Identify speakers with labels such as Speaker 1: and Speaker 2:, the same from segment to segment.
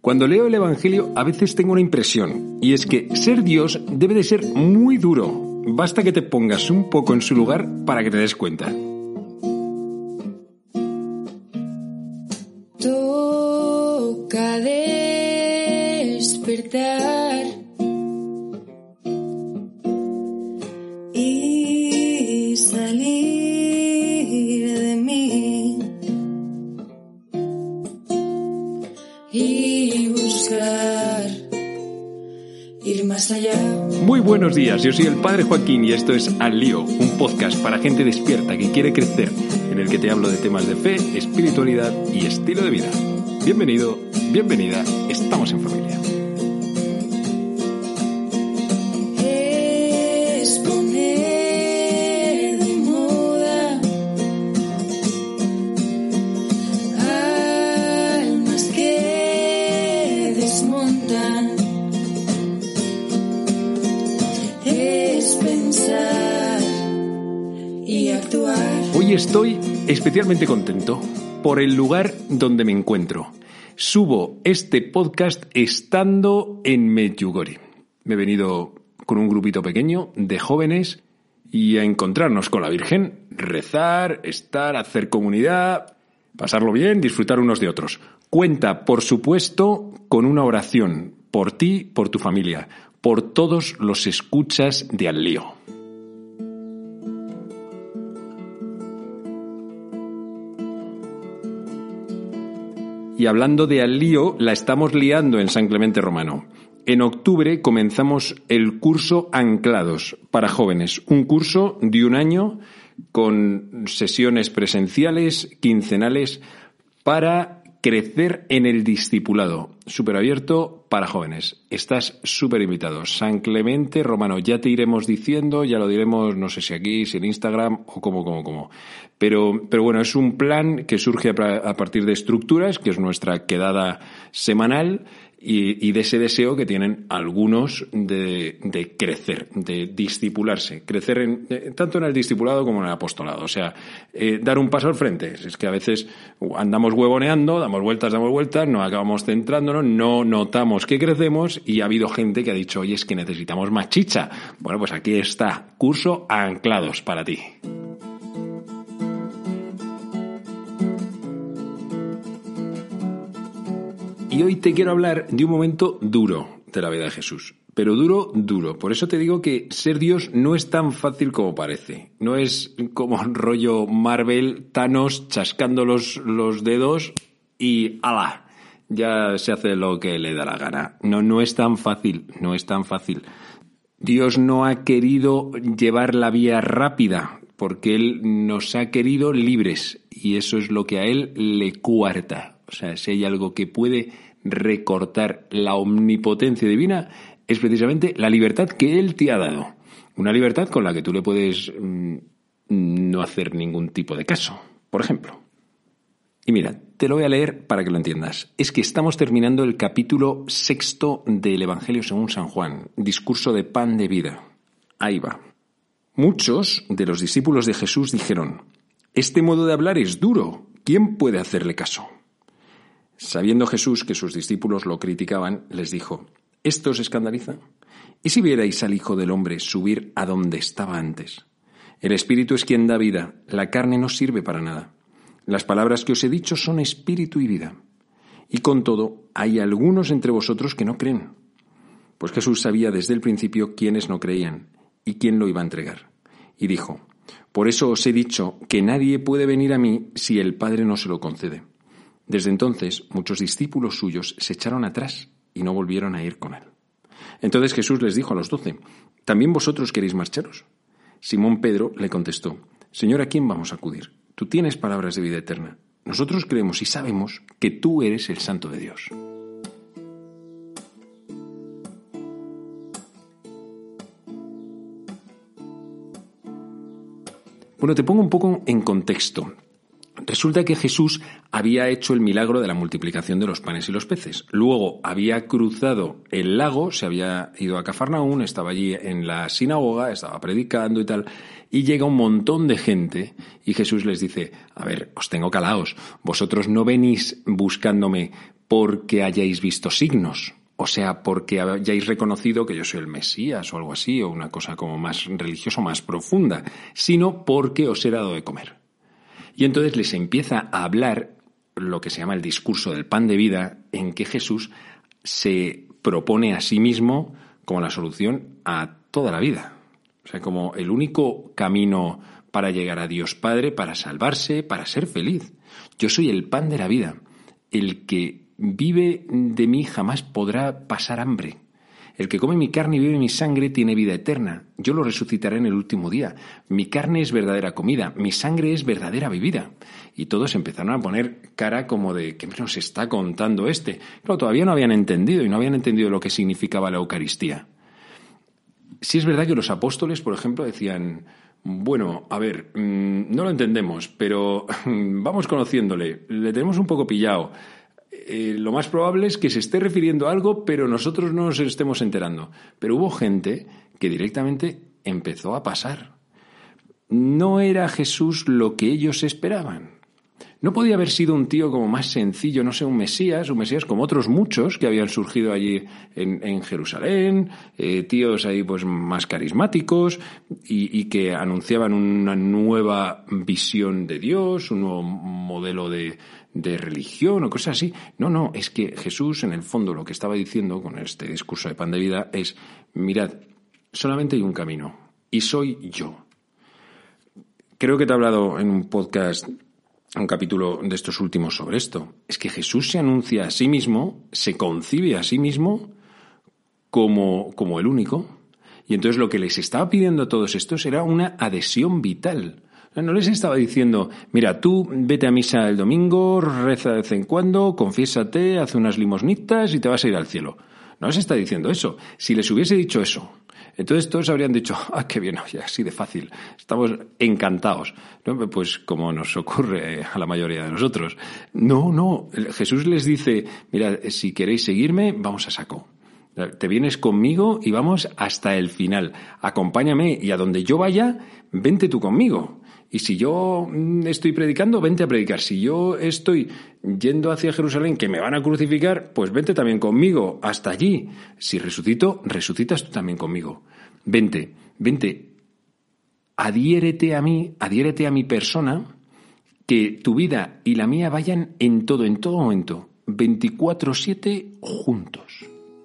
Speaker 1: Cuando leo el Evangelio a veces tengo una impresión, y es que ser Dios debe de ser muy duro. Basta que te pongas un poco en su lugar para que te des cuenta.
Speaker 2: Toca despertar y salir de mí y buscar ir más allá.
Speaker 1: Muy buenos días, yo soy el Padre Joaquín y esto es Al Lío, un podcast para gente despierta que quiere crecer, en el que te hablo de temas de fe, espiritualidad y estilo de vida. Bienvenido, bienvenida, estamos en familia.
Speaker 2: Es poner de moda almas que desmontan. Es pensar y actuar.
Speaker 1: Hoy estoy especialmente contento por el lugar donde me encuentro. Subo este podcast estando en Medjugorje. Me he venido con un grupito pequeño de jóvenes y a encontrarnos con la Virgen, rezar, estar, hacer comunidad, pasarlo bien, disfrutar unos de otros. Cuenta, por supuesto, con una oración por ti, por tu familia, por todos los escuchas de Al Lío. Y hablando de Al Lío, la estamos liando en San Clemente Romano. En octubre comenzamos el curso Anclados para jóvenes, un curso de un año con sesiones presenciales, quincenales, para crecer en el discipulado. Súper abierto para jóvenes. Estás súper invitado. San Clemente Romano. Ya te iremos diciendo, ya lo diremos, no sé si aquí, si en Instagram o cómo. Pero bueno, es un plan que surge a partir de Estructuras, que es nuestra quedada semanal, y de ese deseo que tienen algunos de crecer, de discipularse, crecer tanto en el discipulado como en el apostolado. O sea, dar un paso al frente. Es que a veces andamos huevoneando, damos vueltas, no acabamos centrándonos, no notamos que crecemos y ha habido gente que ha dicho, oye, es que necesitamos más chicha. Bueno, pues aquí está, curso Anclados para ti. Y hoy te quiero hablar de un momento duro de la vida de Jesús. Pero duro. Por eso te digo que ser Dios no es tan fácil como parece. No es como rollo Marvel, Thanos chascando los dedos y ¡ala! Ya se hace lo que le da la gana. No es tan fácil. Dios no ha querido llevar la vía rápida porque Él nos ha querido libres y eso es lo que a Él le cuarta. O sea, si hay algo que puede recortar la omnipotencia divina, es precisamente la libertad que Él te ha dado. Una libertad con la que tú le puedes no hacer ningún tipo de caso, por ejemplo. Y mira, te lo voy a leer para que lo entiendas. Es que estamos terminando el capítulo 6 del Evangelio según San Juan, discurso de pan de vida. Ahí va. Muchos de los discípulos de Jesús dijeron, este modo de hablar es duro, ¿quién puede hacerle caso? Sabiendo Jesús que sus discípulos lo criticaban, les dijo, ¿esto os escandaliza? ¿Y si vierais al Hijo del Hombre subir a donde estaba antes? El Espíritu es quien da vida, la carne no sirve para nada. Las palabras que os he dicho son espíritu y vida. Y con todo, hay algunos entre vosotros que no creen. Pues Jesús sabía desde el principio quiénes no creían y quién lo iba a entregar. Y dijo, por eso os he dicho que nadie puede venir a mí si el Padre no se lo concede. Desde entonces, muchos discípulos suyos se echaron atrás y no volvieron a ir con él. Entonces Jesús les dijo a los 12, ¿también vosotros queréis marcharos? Simón Pedro le contestó, Señor, ¿a quién vamos a acudir? Tú tienes palabras de vida eterna. Nosotros creemos y sabemos que tú eres el Santo de Dios. Bueno, te pongo un poco en contexto. Resulta que Jesús había hecho el milagro de la multiplicación de los panes y los peces. Luego había cruzado el lago, se había ido a Cafarnaún, estaba allí en la sinagoga, estaba predicando y tal, y llega un montón de gente y Jesús les dice, a ver, os tengo calaos, vosotros no venís buscándome porque hayáis visto signos, o sea, porque hayáis reconocido que yo soy el Mesías o algo así, o una cosa como más religiosa, más profunda, sino porque os he dado de comer. Y entonces les empieza a hablar lo que se llama el discurso del pan de vida, en que Jesús se propone a sí mismo como la solución a toda la vida. O sea, como el único camino para llegar a Dios Padre, para salvarse, para ser feliz. Yo soy el pan de la vida. El que vive de mí jamás podrá pasar hambre. El que come mi carne y bebe mi sangre tiene vida eterna. Yo lo resucitaré en el último día. Mi carne es verdadera comida, mi sangre es verdadera bebida. Y todos empezaron a poner cara como de, ¿qué nos está contando este? Claro, todavía no habían entendido y no habían entendido lo que significaba la Eucaristía. Sí es verdad que los apóstoles, por ejemplo, decían, bueno, a ver, no lo entendemos, pero vamos conociéndole, le tenemos un poco pillado. Lo más probable es que se esté refiriendo a algo, pero nosotros no nos estemos enterando. Pero hubo gente que directamente empezó a pasar. No era Jesús lo que ellos esperaban. No podía haber sido un tío como más sencillo, no sé, un Mesías como otros muchos que habían surgido allí en Jerusalén, tíos ahí pues más carismáticos y que anunciaban una nueva visión de Dios, un nuevo modelo de religión o cosas así. No, es que Jesús en el fondo lo que estaba diciendo con este discurso de pan de vida es, mirad, solamente hay un camino y soy yo. Creo que te he hablado en un podcast, un capítulo de estos últimos sobre esto. Es que Jesús se anuncia a sí mismo, se concibe a sí mismo como el único. Y entonces lo que les estaba pidiendo a todos estos era una adhesión vital. No les estaba diciendo, mira, tú vete a misa el domingo, reza de vez en cuando, confiésate, haz unas limosnitas y te vas a ir al cielo. No les está diciendo eso. Si les hubiese dicho eso, entonces todos habrían dicho, qué bien, oye, así de fácil, estamos encantados. ¿No? Pues como nos ocurre a la mayoría de nosotros. No, Jesús les dice, mira, si queréis seguirme, vamos a saco. Te vienes conmigo y vamos hasta el final. Acompáñame y a donde yo vaya, vente tú conmigo. Y si yo estoy predicando, vente a predicar. Si yo estoy yendo hacia Jerusalén, que me van a crucificar, pues vente también conmigo hasta allí. Si resucito, resucitas tú también conmigo. Vente. Adhiérete a mi persona, que tu vida y la mía vayan en todo momento, 24/7 juntos.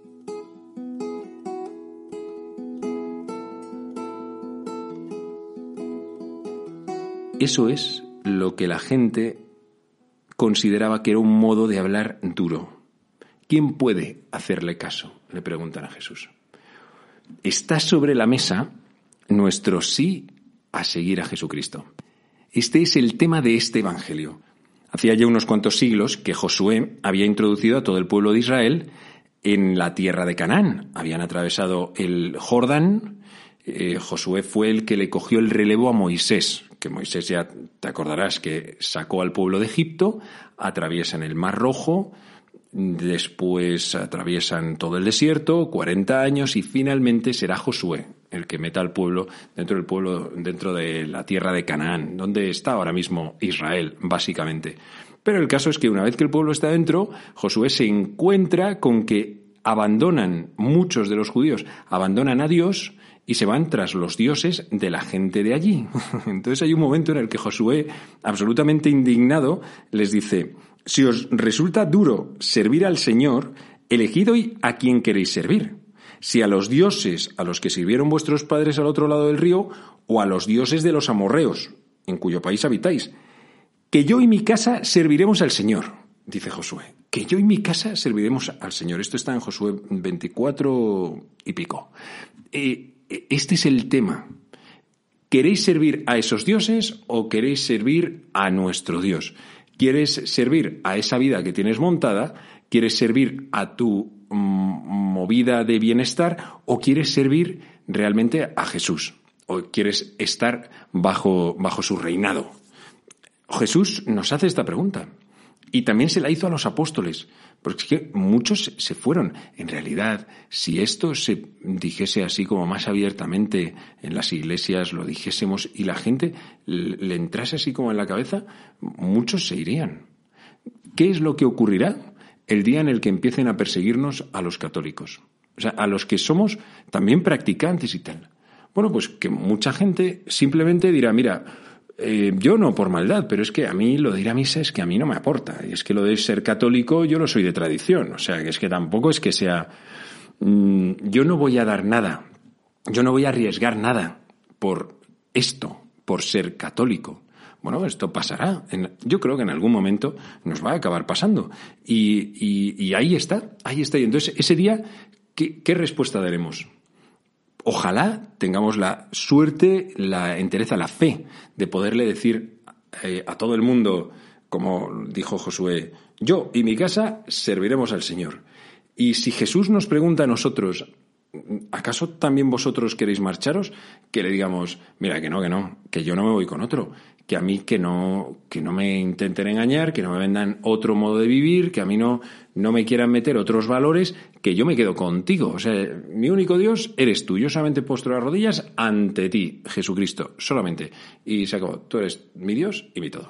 Speaker 1: Eso es lo que la gente consideraba que era un modo de hablar duro. ¿Quién puede hacerle caso?, le preguntan a Jesús. Está sobre la mesa nuestro sí a seguir a Jesucristo. Este es el tema de este Evangelio. Hacía ya unos cuantos siglos que Josué había introducido a todo el pueblo de Israel en la tierra de Canaán. Habían atravesado el Jordán. Josué fue el que le cogió el relevo a Moisés, que Moisés, ya te acordarás, que sacó al pueblo de Egipto, atraviesan el Mar Rojo, después atraviesan todo el desierto, 40 años, y finalmente será Josué el que meta al pueblo, dentro de la tierra de Canaán, donde está ahora mismo Israel, básicamente. Pero el caso es que una vez que el pueblo está dentro, Josué se encuentra con que muchos de los judíos abandonan a Dios y se van tras los dioses de la gente de allí. Entonces hay un momento en el que Josué, absolutamente indignado, les dice, si os resulta duro servir al Señor, elegid hoy a quién queréis servir. Si a los dioses a los que sirvieron vuestros padres al otro lado del río, o a los dioses de los amorreos, en cuyo país habitáis. Que yo y mi casa serviremos al Señor, dice Josué. Que yo y mi casa serviremos al Señor. Esto está en Josué 24 y pico. Este es el tema. ¿Queréis servir a esos dioses o queréis servir a nuestro Dios? ¿Quieres servir a esa vida que tienes montada? ¿Quieres servir a tu movida de bienestar? ¿O quieres servir realmente a Jesús? ¿O quieres estar bajo su reinado? Jesús nos hace esta pregunta y también se la hizo a los apóstoles, porque es que muchos se fueron. En realidad, si esto se dijese así como más abiertamente en las iglesias, lo dijésemos y la gente le entrase así como en la cabeza, muchos se irían. ¿Qué es lo que ocurrirá el día en el que empiecen a perseguirnos a los católicos? O sea, a los que somos también practicantes y tal. Bueno, pues que mucha gente simplemente dirá, mira, yo no por maldad, pero es que a mí lo de ir a misa es que a mí no me aporta. Y es que lo de ser católico yo lo soy de tradición. O sea, que es que tampoco es que sea... yo no voy a dar nada, yo no voy a arriesgar nada por esto, por ser católico. Bueno, esto pasará. Yo creo que en algún momento nos va a acabar pasando. Y ahí está. Y entonces, ese día, ¿qué respuesta daremos? Ojalá tengamos la suerte, la entereza, la fe de poderle decir a todo el mundo, como dijo Josué, yo y mi casa serviremos al Señor. Y si Jesús nos pregunta a nosotros, ¿acaso también vosotros queréis marcharos? Que le digamos, mira, que no, que yo no me voy con otro, que a mí que no me intenten engañar, que no me vendan otro modo de vivir, que a mí no me quieran meter otros valores, que yo me quedo contigo. O sea, mi único Dios eres tú. Yo solamente postro las rodillas ante ti, Jesucristo, solamente. Y se acabó. Tú eres mi Dios y mi todo.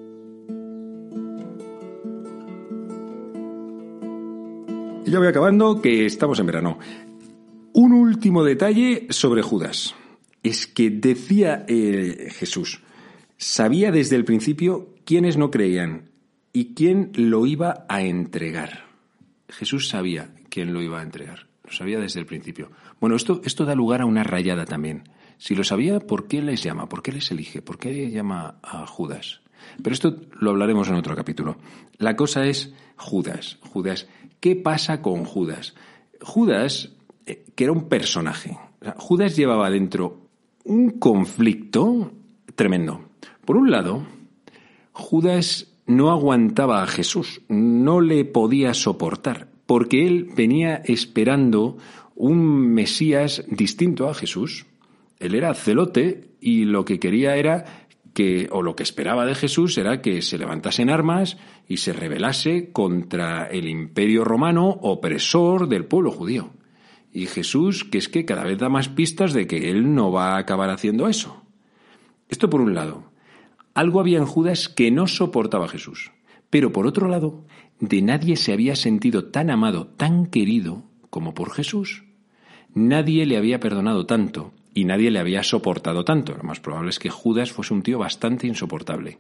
Speaker 1: Y ya voy acabando, que estamos en verano. Un último detalle sobre Judas. Es que decía Jesús, sabía desde el principio quiénes no creían y quién lo iba a entregar. Jesús sabía quién lo iba a entregar. Lo sabía desde el principio. Bueno, esto da lugar a una rayada también. Si lo sabía, ¿por qué les llama? ¿Por qué les elige? ¿Por qué llama a Judas? Pero esto lo hablaremos en otro capítulo. La cosa es Judas. ¿Qué pasa con Judas? Judas, que era un personaje. Judas llevaba dentro un conflicto tremendo. Por un lado, Judas no aguantaba a Jesús, no le podía soportar, porque él venía esperando un Mesías distinto a Jesús. Él era celote y lo que quería era lo que esperaba de Jesús era que se levantase en armas y se rebelase contra el imperio romano opresor del pueblo judío. Y Jesús, que es que cada vez da más pistas de que él no va a acabar haciendo eso. Esto por un lado. Algo había en Judas que no soportaba a Jesús. Pero por otro lado, de nadie se había sentido tan amado, tan querido como por Jesús. Nadie le había perdonado tanto y nadie le había soportado tanto. Lo más probable es que Judas fuese un tío bastante insoportable.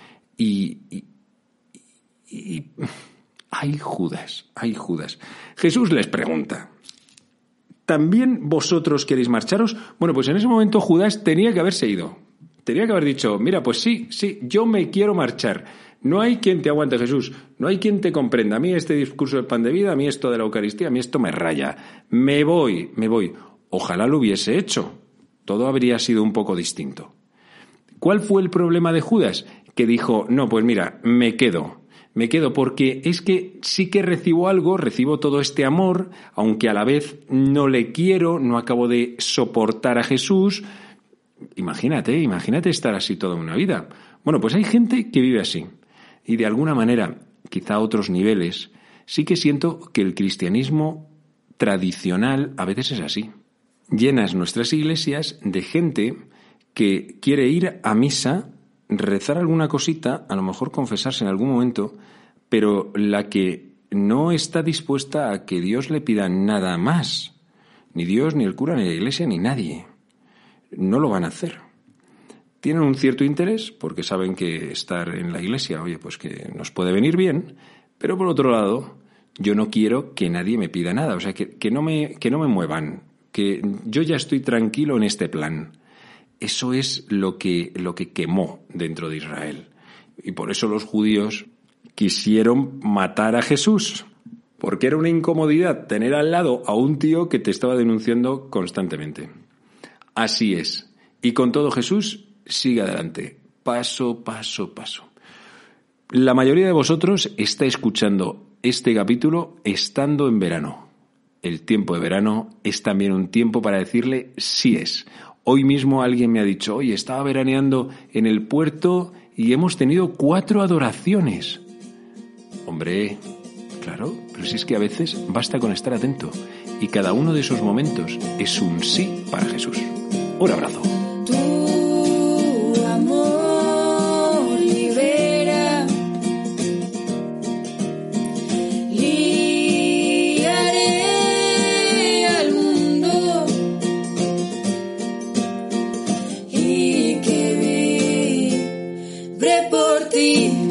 Speaker 1: ¡Ay, Judas! Jesús les pregunta, ¿también vosotros queréis marcharos? Bueno, pues en ese momento Judas tenía que haberse ido. Tenía que haber dicho, mira, pues sí, yo me quiero marchar. No hay quien te aguante, Jesús. No hay quien te comprenda. A mí este discurso del pan de vida, a mí esto de la Eucaristía, a mí esto me raya. Me voy. Ojalá lo hubiese hecho. Todo habría sido un poco distinto. ¿Cuál fue el problema de Judas? Que dijo, no, pues mira, me quedo porque es que sí que recibo todo este amor, aunque a la vez no le quiero, no acabo de soportar a Jesús. Imagínate estar así toda una vida. Bueno, pues hay gente que vive así. Y de alguna manera, quizá a otros niveles, sí que siento que el cristianismo tradicional a veces es así. Llenas nuestras iglesias de gente que quiere ir a misa, rezar alguna cosita, a lo mejor confesarse en algún momento, pero la que no está dispuesta a que Dios le pida nada más. Ni Dios, ni el cura, ni la iglesia, ni nadie. No lo van a hacer. Tienen un cierto interés porque saben que estar en la iglesia, oye, pues que nos puede venir bien, pero por otro lado, yo no quiero que nadie me pida nada, o sea, que no me muevan, que yo ya estoy tranquilo en este plan. Eso es lo que quemó dentro de Israel. Y por eso los judíos quisieron matar a Jesús, porque era una incomodidad tener al lado a un tío que te estaba denunciando constantemente. Así es. Y con todo Jesús sigue adelante, paso. La mayoría de vosotros está escuchando este capítulo estando en verano. El tiempo de verano es también un tiempo para decirle sí es. Hoy mismo alguien me ha dicho, oye, estaba veraneando en el puerto y hemos tenido 4 adoraciones. Hombre, claro, pero si es que a veces basta con estar atento y cada uno de esos momentos es un sí para Jesús. Un abrazo.
Speaker 2: Tu amor libera, liaré al mundo y que vibré por ti.